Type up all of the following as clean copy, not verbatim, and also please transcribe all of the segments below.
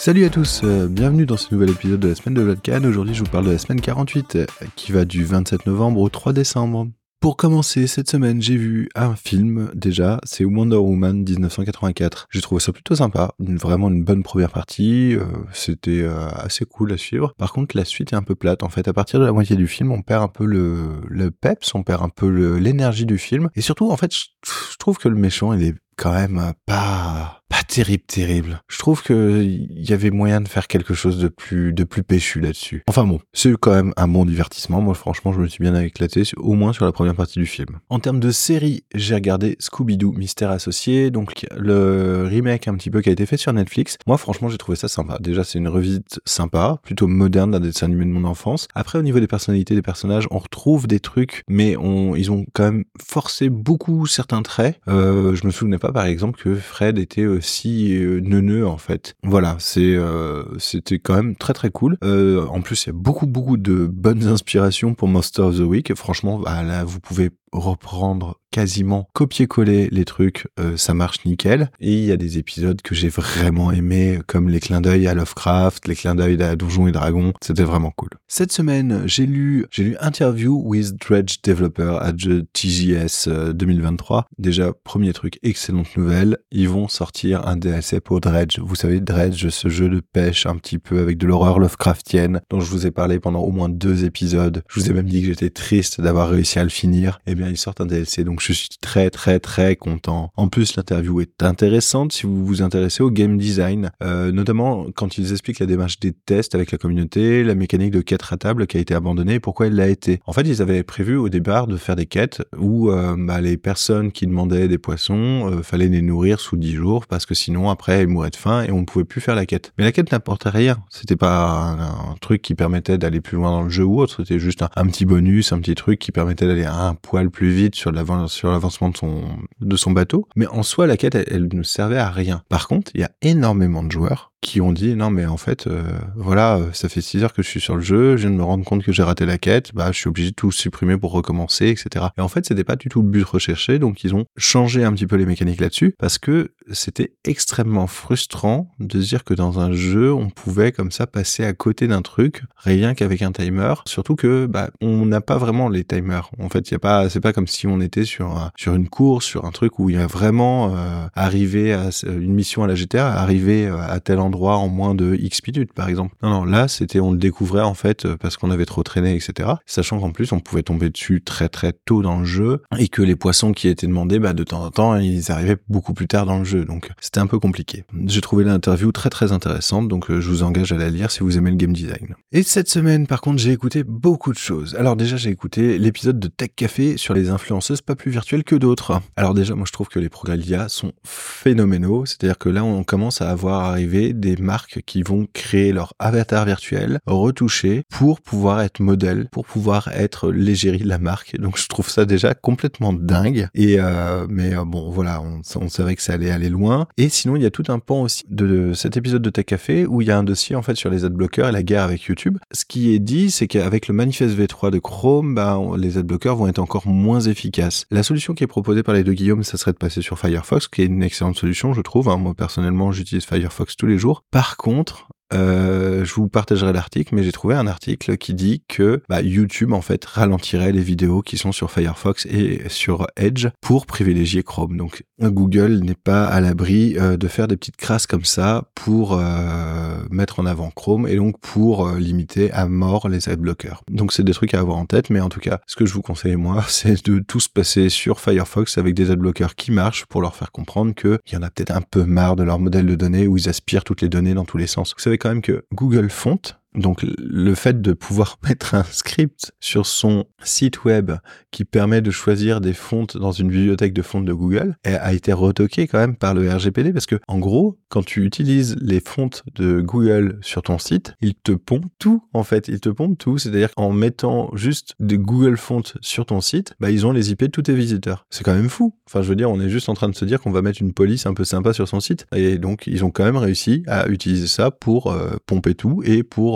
Salut à tous, bienvenue dans ce nouvel épisode de la semaine de Vlodcan. Aujourd'hui je vous parle de la semaine 48 qui va du 27 novembre au 3 décembre. Pour commencer, cette semaine, j'ai vu un film, déjà, c'est Wonder Woman 1984. J'ai trouvé ça plutôt sympa, vraiment une bonne première partie, c'était assez cool à suivre. Par contre, la suite est un peu plate, en fait. À partir de la moitié du film, on perd un peu le peps, on perd un peu l'énergie du film. Et surtout, en fait, je trouve que le méchant, il est quand même pas terrible. Je trouve que il y avait moyen de faire quelque chose de plus péchu là-dessus. Enfin bon, c'est quand même un bon divertissement. Moi, franchement, je me suis bien éclaté, au moins sur la première partie du film. En termes de série, j'ai regardé Scooby-Doo, Mystère Associé, donc le remake un petit peu qui a été fait sur Netflix. Moi, franchement, j'ai trouvé ça sympa. Déjà, c'est une revisite sympa, plutôt moderne d'un dessin animé de mon enfance. Après, au niveau des personnalités des personnages, on retrouve des trucs, mais ils ont quand même forcé beaucoup certains traits. Je me souvenais pas, par exemple, que Fred était aussi neuneux, en fait. Voilà, c'était quand même très très cool. En plus, il y a beaucoup de bonnes inspirations pour Monster of the Week. Franchement, là, vous pouvez reprendre quasiment copier-coller les trucs, ça marche nickel. Et il y a des épisodes que j'ai vraiment aimés, comme les clins d'œil à Lovecraft, les clins d'œil à Donjons et Dragons, c'était vraiment cool. Cette semaine, j'ai lu Interview with Dredge Developer at the TGS 2023. Déjà, premier truc, excellente nouvelle, ils vont sortir un DLC pour Dredge. Vous savez, Dredge, ce jeu de pêche un petit peu avec de l'horreur Lovecraftienne, dont je vous ai parlé pendant au moins 2 épisodes. Je vous ai même dit que j'étais triste d'avoir réussi à le finir. Eh bien, ils sortent un DLC, donc je suis très content. En plus, l'interview est intéressante si vous vous intéressez au game design, notamment quand ils expliquent la démarche des tests avec la communauté, la mécanique de quête ratable qui a été abandonnée et pourquoi elle l'a été. En fait, ils avaient prévu au départ de faire des quêtes où les personnes qui demandaient des poissons, fallait les nourrir sous 10 jours parce que sinon après elles mouraient de faim et on ne pouvait plus faire la quête. Mais la quête n'apportait rien. C'était pas un truc qui permettait d'aller plus loin dans le jeu ou autre. C'était juste un petit bonus, un petit truc qui permettait d'aller un poil plus vite sur l'avancement de son bateau. Mais en soi, la quête, elle ne servait à rien. Par contre, il y a énormément de joueurs qui ont dit non mais en fait ça fait 6 heures que je suis sur le jeu, je viens de me rendre compte que j'ai raté la quête, je suis obligé de tout supprimer pour recommencer, etc. Et en fait c'était pas du tout le but recherché, donc ils ont changé un petit peu les mécaniques là-dessus, parce que c'était extrêmement frustrant de se dire que dans un jeu on pouvait comme ça passer à côté d'un truc rien qu'avec un timer, surtout que on n'a pas vraiment les timers. En fait c'est pas comme si on était sur une course, sur un truc où il y a vraiment arrivé à une mission à la GTA, arriver à tel endroit en moins de X minutes, par exemple. Non, là, on le découvrait, en fait, parce qu'on avait trop traîné, etc. Sachant qu'en plus, on pouvait tomber dessus très tôt dans le jeu, et que les poissons qui étaient demandés, de temps en temps, ils arrivaient beaucoup plus tard dans le jeu. Donc, c'était un peu compliqué. J'ai trouvé l'interview très intéressante, donc je vous engage à la lire si vous aimez le game design. Et cette semaine, par contre, j'ai écouté beaucoup de choses. Alors déjà, j'ai écouté l'épisode de Tech Café sur les influenceuses pas plus virtuelles que d'autres. Alors déjà, moi, je trouve que les progrès de l'IA sont phénoménaux. C'est-à-dire que là, on commence à avoir arrivé des marques qui vont créer leur avatar virtuel, retouché, pour pouvoir être modèle, pour pouvoir être l'égérie de la marque. Donc je trouve ça déjà complètement dingue. Et bon, voilà, on savait que ça allait aller loin. Et sinon, il y a tout un pan aussi de cet épisode de Tech Café où il y a un dossier en fait sur les adblockers et la guerre avec YouTube. Ce qui est dit, c'est qu'avec le manifeste V3 de Chrome, les adblockers vont être encore moins efficaces. La solution qui est proposée par les deux Guillaume, ça serait de passer sur Firefox, qui est une excellente solution, je trouve. Moi, personnellement, j'utilise Firefox tous les jours. Par contre, je vous partagerai l'article, mais j'ai trouvé un article qui dit que YouTube en fait ralentirait les vidéos qui sont sur Firefox et sur Edge pour privilégier Chrome. Donc Google n'est pas à l'abri de faire des petites crasses comme ça pour mettre en avant Chrome et donc pour limiter à mort les adblockers. Donc c'est des trucs à avoir en tête, mais en tout cas, ce que je vous conseille moi, c'est de tous passer sur Firefox avec des adblockers qui marchent pour leur faire comprendre qu'il y en a peut-être un peu marre de leur modèle de données où ils aspirent toutes les données dans tous les sens. Vous savez quand même que Google Font, donc le fait de pouvoir mettre un script sur son site web qui permet de choisir des fontes dans une bibliothèque de fontes de Google a été retoqué quand même par le RGPD, parce que en gros, quand tu utilises les fontes de Google sur ton site, il te pompe tout en fait, c'est-à-dire qu'en mettant juste des Google Fonts sur ton site, ils ont les IP de tous tes visiteurs. C'est quand même fou. Enfin, je veux dire, on est juste en train de se dire qu'on va mettre une police un peu sympa sur son site, et donc ils ont quand même réussi à utiliser ça pour pomper tout et pour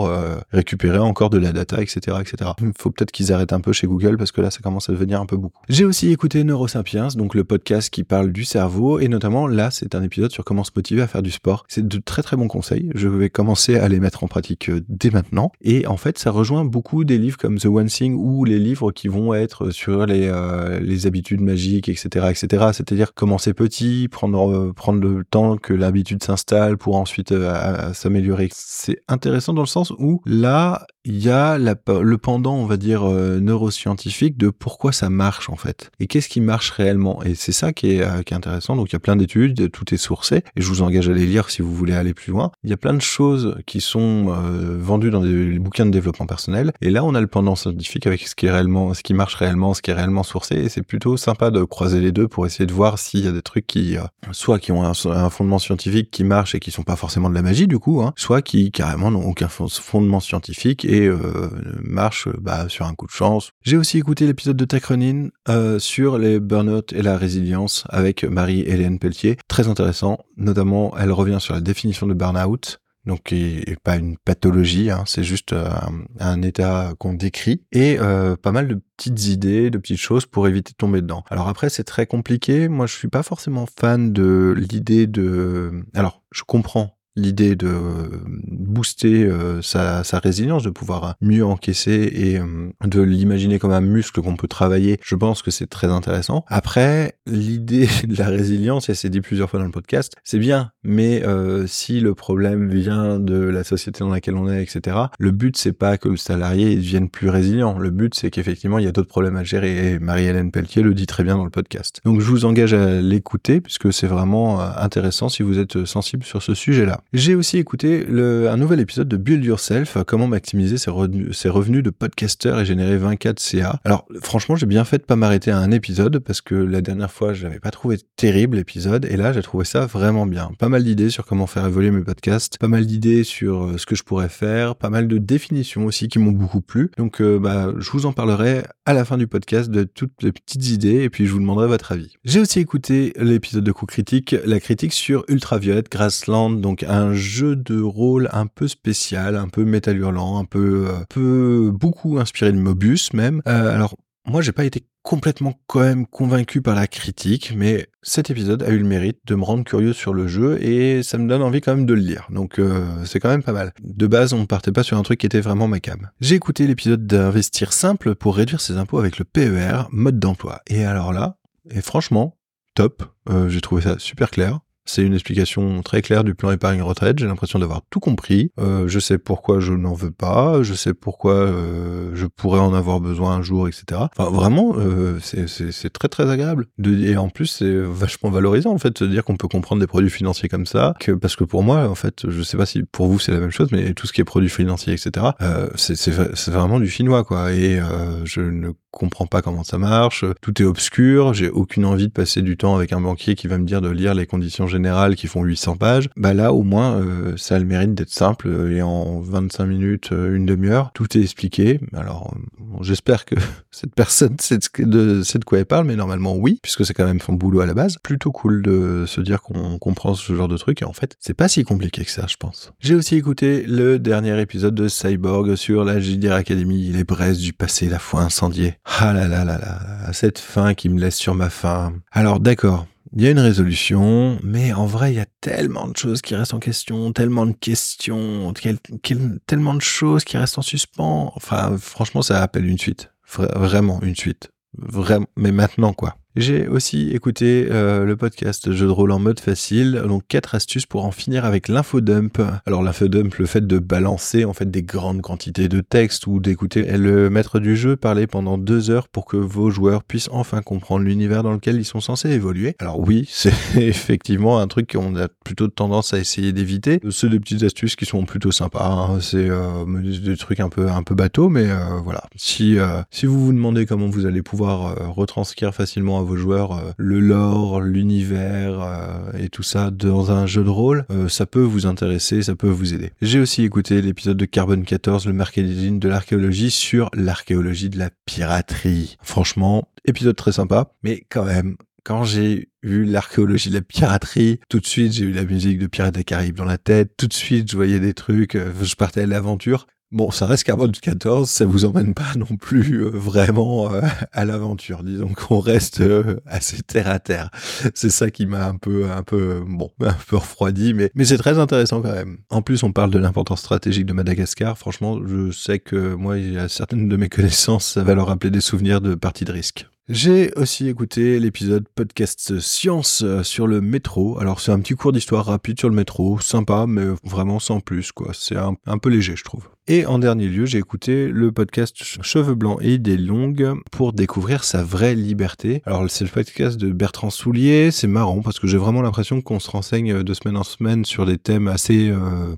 récupérer encore de la data, etc., etc. Il faut peut-être qu'ils arrêtent un peu chez Google parce que là, ça commence à devenir un peu beaucoup. J'ai aussi écouté Neurosapiens, donc le podcast qui parle du cerveau, et notamment là, c'est un épisode sur comment se motiver à faire du sport. C'est de très très bons conseils. Je vais commencer à les mettre en pratique dès maintenant. Et en fait, ça rejoint beaucoup des livres comme The One Thing ou les livres qui vont être sur les habitudes magiques, etc., etc. C'est-à-dire commencer petit, prendre le temps que l'habitude s'installe pour ensuite s'améliorer. C'est intéressant dans le sens où là, il y a le pendant, on va dire, neuroscientifique de pourquoi ça marche en fait. Et qu'est-ce qui marche réellement. Et c'est ça qui est intéressant. Donc il y a plein d'études, tout est sourcé. Et je vous engage à les lire si vous voulez aller plus loin. Il y a plein de choses qui sont vendues dans des bouquins de développement personnel. Et là, on a le pendant scientifique avec ce qui marche réellement, ce qui est réellement sourcé. Et c'est plutôt sympa de croiser les deux pour essayer de voir s'il y a des trucs qui ont un fondement scientifique qui marche et qui sont pas forcément de la magie du coup, soit qui carrément n'ont aucun fondement scientifique et marchent sur un coup de chance. J'ai aussi écouté l'épisode de Tech Running sur les burn-out et la résilience avec Marie-Hélène Pelletier. Très intéressant, notamment elle revient sur la définition de burn-out. Donc, et pas une pathologie, c'est juste un état qu'on décrit, et pas mal de petites idées, de petites choses pour éviter de tomber dedans. Alors après, c'est très compliqué. Moi, je suis pas forcément fan de l'idée de... Alors, je comprends l'idée de booster sa résilience, de pouvoir mieux encaisser et de l'imaginer comme un muscle qu'on peut travailler. Je pense que c'est très intéressant. Après, l'idée de la résilience, et c'est dit plusieurs fois dans le podcast, c'est bien, mais si le problème vient de la société dans laquelle on est, etc., le but, c'est pas que le salarié devienne plus résilient. Le but, c'est qu'effectivement, il y a d'autres problèmes à gérer, et Marie-Hélène Pelletier le dit très bien dans le podcast. Donc, je vous engage à l'écouter, puisque c'est vraiment intéressant si vous êtes sensible sur ce sujet-là. J'ai aussi écouté un nouvel épisode de Build Yourself, comment maximiser ses revenus de podcasteur et générer 24 CA. Alors franchement, j'ai bien fait de pas m'arrêter à un épisode parce que la dernière fois, je l'avais pas trouvé terrible l'épisode, et là, j'ai trouvé ça vraiment bien. Pas mal d'idées sur comment faire évoluer mes podcasts, pas mal d'idées sur ce que je pourrais faire, pas mal de définitions aussi qui m'ont beaucoup plu. Donc je vous en parlerai à la fin du podcast de toutes les petites idées, et puis je vous demanderai votre avis. J'ai aussi écouté l'épisode de Coup Critique, la critique sur Ultraviolet Grassland, donc un jeu de rôle un peu spécial, un peu métal hurlant, un peu beaucoup inspiré de Mobius même. Alors moi j'ai pas été complètement quand même convaincu par la critique, mais cet épisode a eu le mérite de me rendre curieux sur le jeu, et ça me donne envie quand même de le lire, donc c'est quand même pas mal. De base, on ne partait pas sur un truc qui était vraiment ma came. J'ai écouté l'épisode d'Investir simple pour réduire ses impôts avec le PER, mode d'emploi. Et alors là, et franchement, top, j'ai trouvé ça super clair. C'est une explication très claire du plan épargne retraite. J'ai l'impression d'avoir tout compris. Je sais pourquoi je n'en veux pas. Je sais pourquoi je pourrais en avoir besoin un jour, etc. Enfin, vraiment, c'est très très agréable. Et en plus, c'est vachement valorisant en fait de se dire qu'on peut comprendre des produits financiers comme ça. Parce que pour moi, en fait, je sais pas si pour vous c'est la même chose, mais tout ce qui est produits financiers, etc. C'est vraiment du chinois, quoi. Et je ne comprends pas comment ça marche. Tout est obscur. J'ai aucune envie de passer du temps avec un banquier qui va me dire de lire les conditions générales qui font 800 pages. Bah là, au moins, ça a le mérite d'être simple, et en 25 minutes, une demi-heure, tout est expliqué. Alors, j'espère que cette personne sait de quoi elle parle, mais normalement oui, puisque c'est quand même son boulot à la base. Plutôt cool de se dire qu'on comprend ce genre de truc, et en fait, c'est pas si compliqué que ça, je pense. J'ai aussi écouté le dernier épisode de Cyborg sur la JDR Academy, les braises du passé, la foi incendiée. Ah là là là là, cette fin qui me laisse sur ma faim. Alors d'accord, il y a une résolution, mais en vrai, il y a tellement de choses qui restent en question, tellement de questions, tellement de choses qui restent en suspens. Enfin, franchement, ça appelle une suite. Vraiment une suite. Vraiment, mais maintenant, quoi. J'ai aussi écouté le podcast Jeu de rôle en mode facile, donc 4 astuces pour en finir avec l'infodump. Alors l'infodump, le fait de balancer en fait des grandes quantités de texte ou d'écouter le maître du jeu parler pendant 2 heures pour que vos joueurs puissent enfin comprendre l'univers dans lequel ils sont censés évoluer. Alors oui, c'est effectivement un truc qu'on a plutôt tendance à essayer d'éviter. C'est des petites astuces qui sont plutôt sympas, c'est des trucs un peu bateaux, mais voilà. Si vous vous demandez comment vous allez pouvoir retranscrire facilement à vos joueurs le lore, l'univers et tout ça dans un jeu de rôle, ça peut vous intéresser, ça peut vous aider. J'ai aussi écouté l'épisode de Carbone 14, le marketing de l'archéologie, sur l'archéologie de la piraterie. Franchement, épisode très sympa, mais quand même, quand j'ai vu l'archéologie de la piraterie, tout de suite j'ai eu la musique de Pirates des Caraïbes dans la tête, tout de suite je voyais des trucs, je partais à l'aventure. Bon, ça reste Carbone 14, ça vous emmène pas non plus vraiment à l'aventure. Disons qu'on reste assez terre à terre. C'est ça qui m'a un peu refroidi, mais c'est très intéressant quand même. En plus, on parle de l'importance stratégique de Madagascar. Franchement, je sais que moi, il y a certaines de mes connaissances, ça va leur rappeler des souvenirs de parties de risque. J'ai aussi écouté l'épisode podcast science sur le métro. Alors c'est un petit cours d'histoire rapide sur le métro, sympa, mais vraiment sans plus, quoi. C'est un peu léger, je trouve. Et en dernier lieu, j'ai écouté le podcast Cheveux blancs et idées longues pour découvrir sa vraie liberté. Alors c'est le podcast de Bertrand Soulier, c'est marrant parce que j'ai vraiment l'impression qu'on se renseigne de semaine en semaine sur des thèmes assez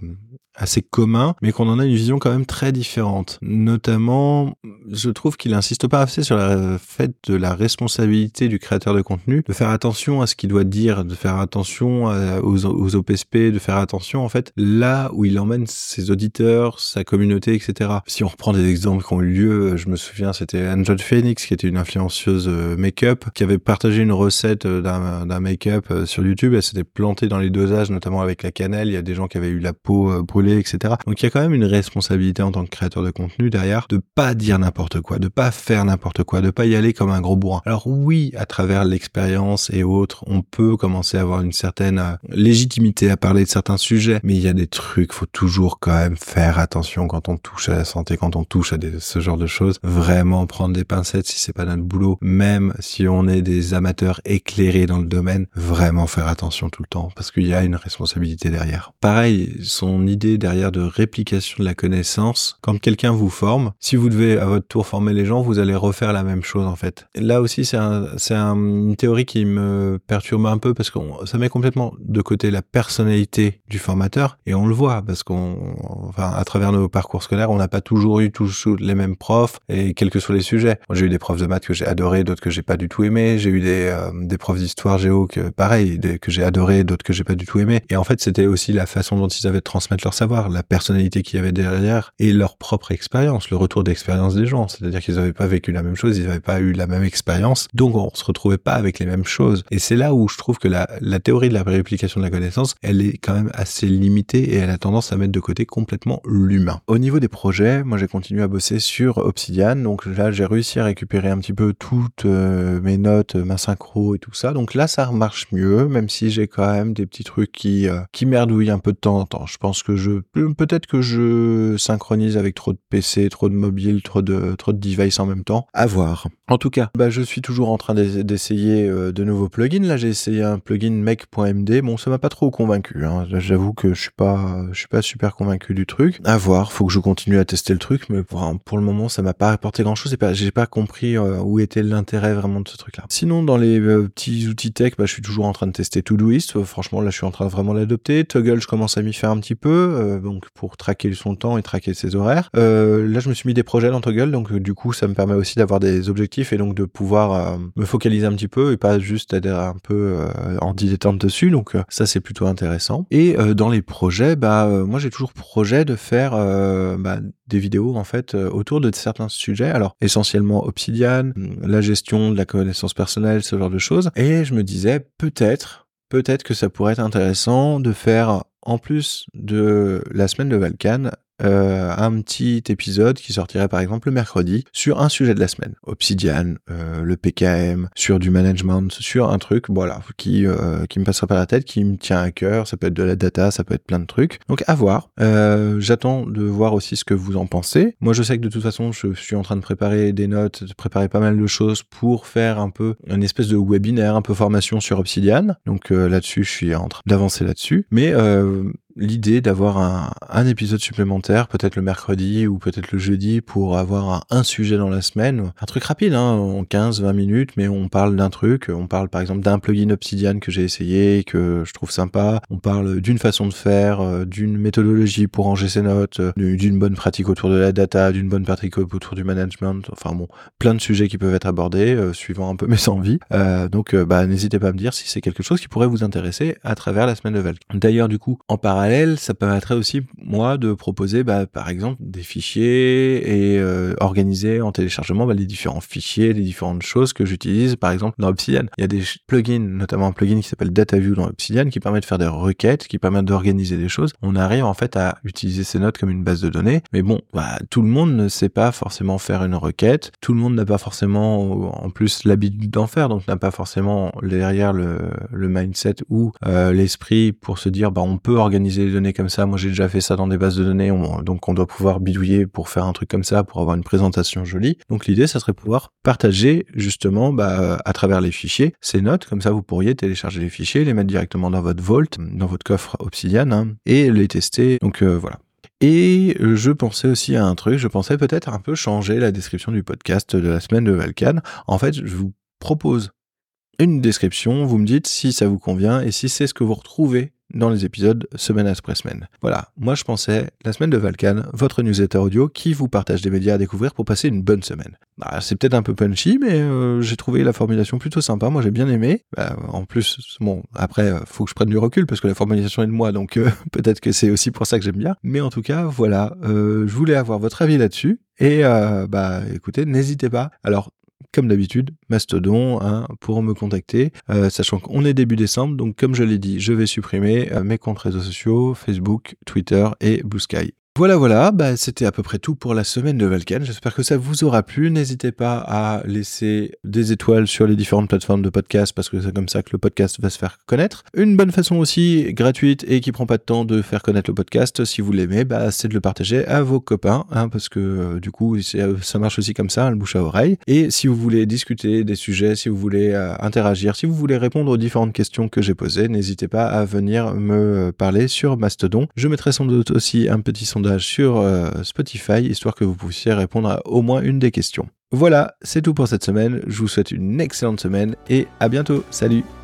commun, mais qu'on en a une vision quand même très différente. Notamment, je trouve qu'il insiste pas assez sur le fait de la responsabilité du créateur de contenu, de faire attention à ce qu'il doit dire, de faire attention aux OPSP, de faire attention en fait là où il emmène ses auditeurs, sa communauté, etc. Si on reprend des exemples qui ont eu lieu, je me souviens, c'était Angel Phoenix, qui était une influenceuse make-up, qui avait partagé une recette d'un make-up sur YouTube. Elle s'était plantée dans les dosages, notamment avec la cannelle. Il y a des gens qui avaient eu la peau brûlée, etc. Donc il y a quand même une responsabilité en tant que créateur de contenu derrière de pas dire n'importe quoi, de pas faire n'importe quoi, de pas y aller comme un gros bourrin. Alors oui, à travers l'expérience et autres, on peut commencer à avoir une certaine légitimité à parler de certains sujets, mais il y a des trucs, faut toujours quand même faire attention quand on touche à la santé, quand on touche à ce genre de choses, vraiment prendre des pincettes si c'est pas notre boulot, même si on est des amateurs éclairés dans le domaine, vraiment faire attention tout le temps, parce qu'il y a une responsabilité derrière. Pareil, son idée derrière de réplication de la connaissance, quand quelqu'un vous forme, si vous devez à votre tour former les gens, vous allez refaire la même chose en fait. Là aussi, c'est une théorie qui me perturbe un peu parce que ça met complètement de côté la personnalité du formateur et on le voit parce à travers nos parcours scolaires, on n'a pas toujours eu tous les mêmes profs et quels que soient les sujets. Moi, j'ai eu des profs de maths que j'ai adoré, d'autres que j'ai pas du tout aimé. J'ai eu des profs d'histoire géo que j'ai adoré, d'autres que j'ai pas du tout aimé. Et en fait, c'était aussi la façon dont ils avaient de transmettre leur savoir, la personnalité qu'il y avait derrière et leur propre expérience, le retour d'expérience des gens. C'est-à-dire qu'ils n'avaient pas vécu la même chose, ils n'avaient pas eu la même expérience, donc on se retrouvait pas avec les mêmes choses. Et c'est là où je trouve que la théorie de la réplication de la connaissance, elle est quand même assez limitée et elle a tendance à mettre de côté complètement l'humain. Au niveau des projets, moi j'ai continué à bosser sur Obsidian, donc là j'ai réussi à récupérer un petit peu toutes mes notes, ma synchro et tout ça, donc là ça marche mieux, même si j'ai quand même des petits trucs qui merdouillent un peu de temps en temps. Je pense que peut-être que je synchronise avec trop de PC, trop de mobile, trop de devices en même temps. À voir. En tout cas, je suis toujours en train d'essayer de nouveaux plugins. Là, j'ai essayé un plugin make.md. Bon, ça m'a pas trop convaincu, hein. J'avoue que je suis pas super convaincu du truc. À voir. Faut que je continue à tester le truc, mais pour le moment, ça m'a pas apporté grand chose. J'ai pas compris où était l'intérêt vraiment de ce truc-là. Sinon, dans les petits outils tech, je suis toujours en train de tester Todoist. Franchement, là, je suis en train de vraiment l'adopter. Toggle, je commence à m'y faire un petit peu, donc pour traquer son temps et traquer ses horaires. Là, je me suis mis des projets dans Toggle, donc du coup, ça me permet aussi d'avoir des objectifs et donc de pouvoir me focaliser un petit peu et pas juste être un peu en dilettante dessus. Donc ça, c'est plutôt intéressant. Et dans les projets, moi, j'ai toujours projet de faire des vidéos en fait autour de certains sujets. Alors essentiellement Obsidian, la gestion de la connaissance personnelle, ce genre de choses. Et je me disais peut-être que ça pourrait être intéressant de faire, en plus de la semaine de Valkan, un petit épisode qui sortirait par exemple le mercredi sur un sujet de la semaine. Obsidian, le PKM, sur du management, sur un truc, voilà, qui me passerait par la tête, qui me tient à cœur. Ça peut être de la data, ça peut être plein de trucs. Donc à voir. J'attends de voir aussi ce que vous en pensez. Moi, je sais que de toute façon, je suis en train de préparer des notes, de préparer pas mal de choses pour faire un peu une espèce de webinaire, un peu formation sur Obsidian. Donc là-dessus, je suis en train d'avancer là-dessus. Mais l'idée d'avoir un épisode supplémentaire, peut-être le mercredi ou peut-être le jeudi, pour avoir un sujet dans la semaine. Un truc rapide, en 15-20 minutes, mais on parle d'un truc. On parle par exemple d'un plugin Obsidian que j'ai essayé, que je trouve sympa. On parle d'une façon de faire, d'une méthodologie pour ranger ses notes, d'une bonne pratique autour de la data, d'une bonne pratique autour du management. Enfin bon, plein de sujets qui peuvent être abordés, suivant un peu mes envies. Donc n'hésitez pas à me dire si c'est quelque chose qui pourrait vous intéresser à travers la semaine de Valk. D'ailleurs, du coup, en parallèle, parallèle, ça permettrait aussi, moi, de proposer, par exemple, des fichiers et organiser en téléchargement les différents fichiers, les différentes choses que j'utilise, par exemple, dans Obsidian. Il y a des plugins, notamment un plugin qui s'appelle DataView dans Obsidian, qui permet de faire des requêtes, qui permet d'organiser des choses. On arrive en fait à utiliser ces notes comme une base de données, mais bon, tout le monde ne sait pas forcément faire une requête, tout le monde n'a pas forcément, en plus, l'habitude d'en faire, donc n'a pas forcément derrière le mindset ou l'esprit pour se dire, on peut organiser les données comme ça. Moi, j'ai déjà fait ça dans des bases de données, donc on doit pouvoir bidouiller pour faire un truc comme ça, pour avoir une présentation jolie. Donc l'idée, ça serait pouvoir partager justement à travers les fichiers ces notes, comme ça vous pourriez télécharger les fichiers, les mettre directement dans votre Vault, dans votre coffre Obsidian, et les tester. Donc voilà. Et je pensais aussi à un truc, je pensais peut-être un peu changer la description du podcast de la semaine de Valkan. En fait, je vous propose une description, vous me dites si ça vous convient et si c'est ce que vous retrouvez dans les épisodes semaine après semaine. Voilà, moi je pensais la semaine de Valkan, votre newsletter audio qui vous partage des médias à découvrir pour passer une bonne semaine. C'est peut-être un peu punchy, mais j'ai trouvé la formulation plutôt sympa, moi j'ai bien aimé. En plus, après, faut que je prenne du recul parce que la formulation est de moi, donc peut-être que c'est aussi pour ça que j'aime bien. Mais en tout cas, voilà, je voulais avoir votre avis là-dessus et écoutez, n'hésitez pas. Alors, comme d'habitude, Mastodon pour me contacter, sachant qu'on est début décembre, donc comme je l'ai dit, je vais supprimer mes comptes réseaux sociaux, Facebook, Twitter et Blue Sky. Voilà, c'était à peu près tout pour la semaine de Valkan. J'espère que ça vous aura plu. N'hésitez pas à laisser des étoiles sur les différentes plateformes de podcast parce que c'est comme ça que le podcast va se faire connaître. Une bonne façon aussi gratuite et qui prend pas de temps de faire connaître le podcast, si vous l'aimez, c'est de le partager à vos copains, parce que du coup ça marche aussi comme ça, le bouche à oreille. Et si vous voulez discuter des sujets, si vous voulez interagir, si vous voulez répondre aux différentes questions que j'ai posées, n'hésitez pas à venir me parler sur Mastodon. Je mettrai sans doute aussi un petit sondage sur Spotify, histoire que vous puissiez répondre à au moins une des questions. Voilà, c'est tout pour cette semaine. Je vous souhaite une excellente semaine et à bientôt. Salut!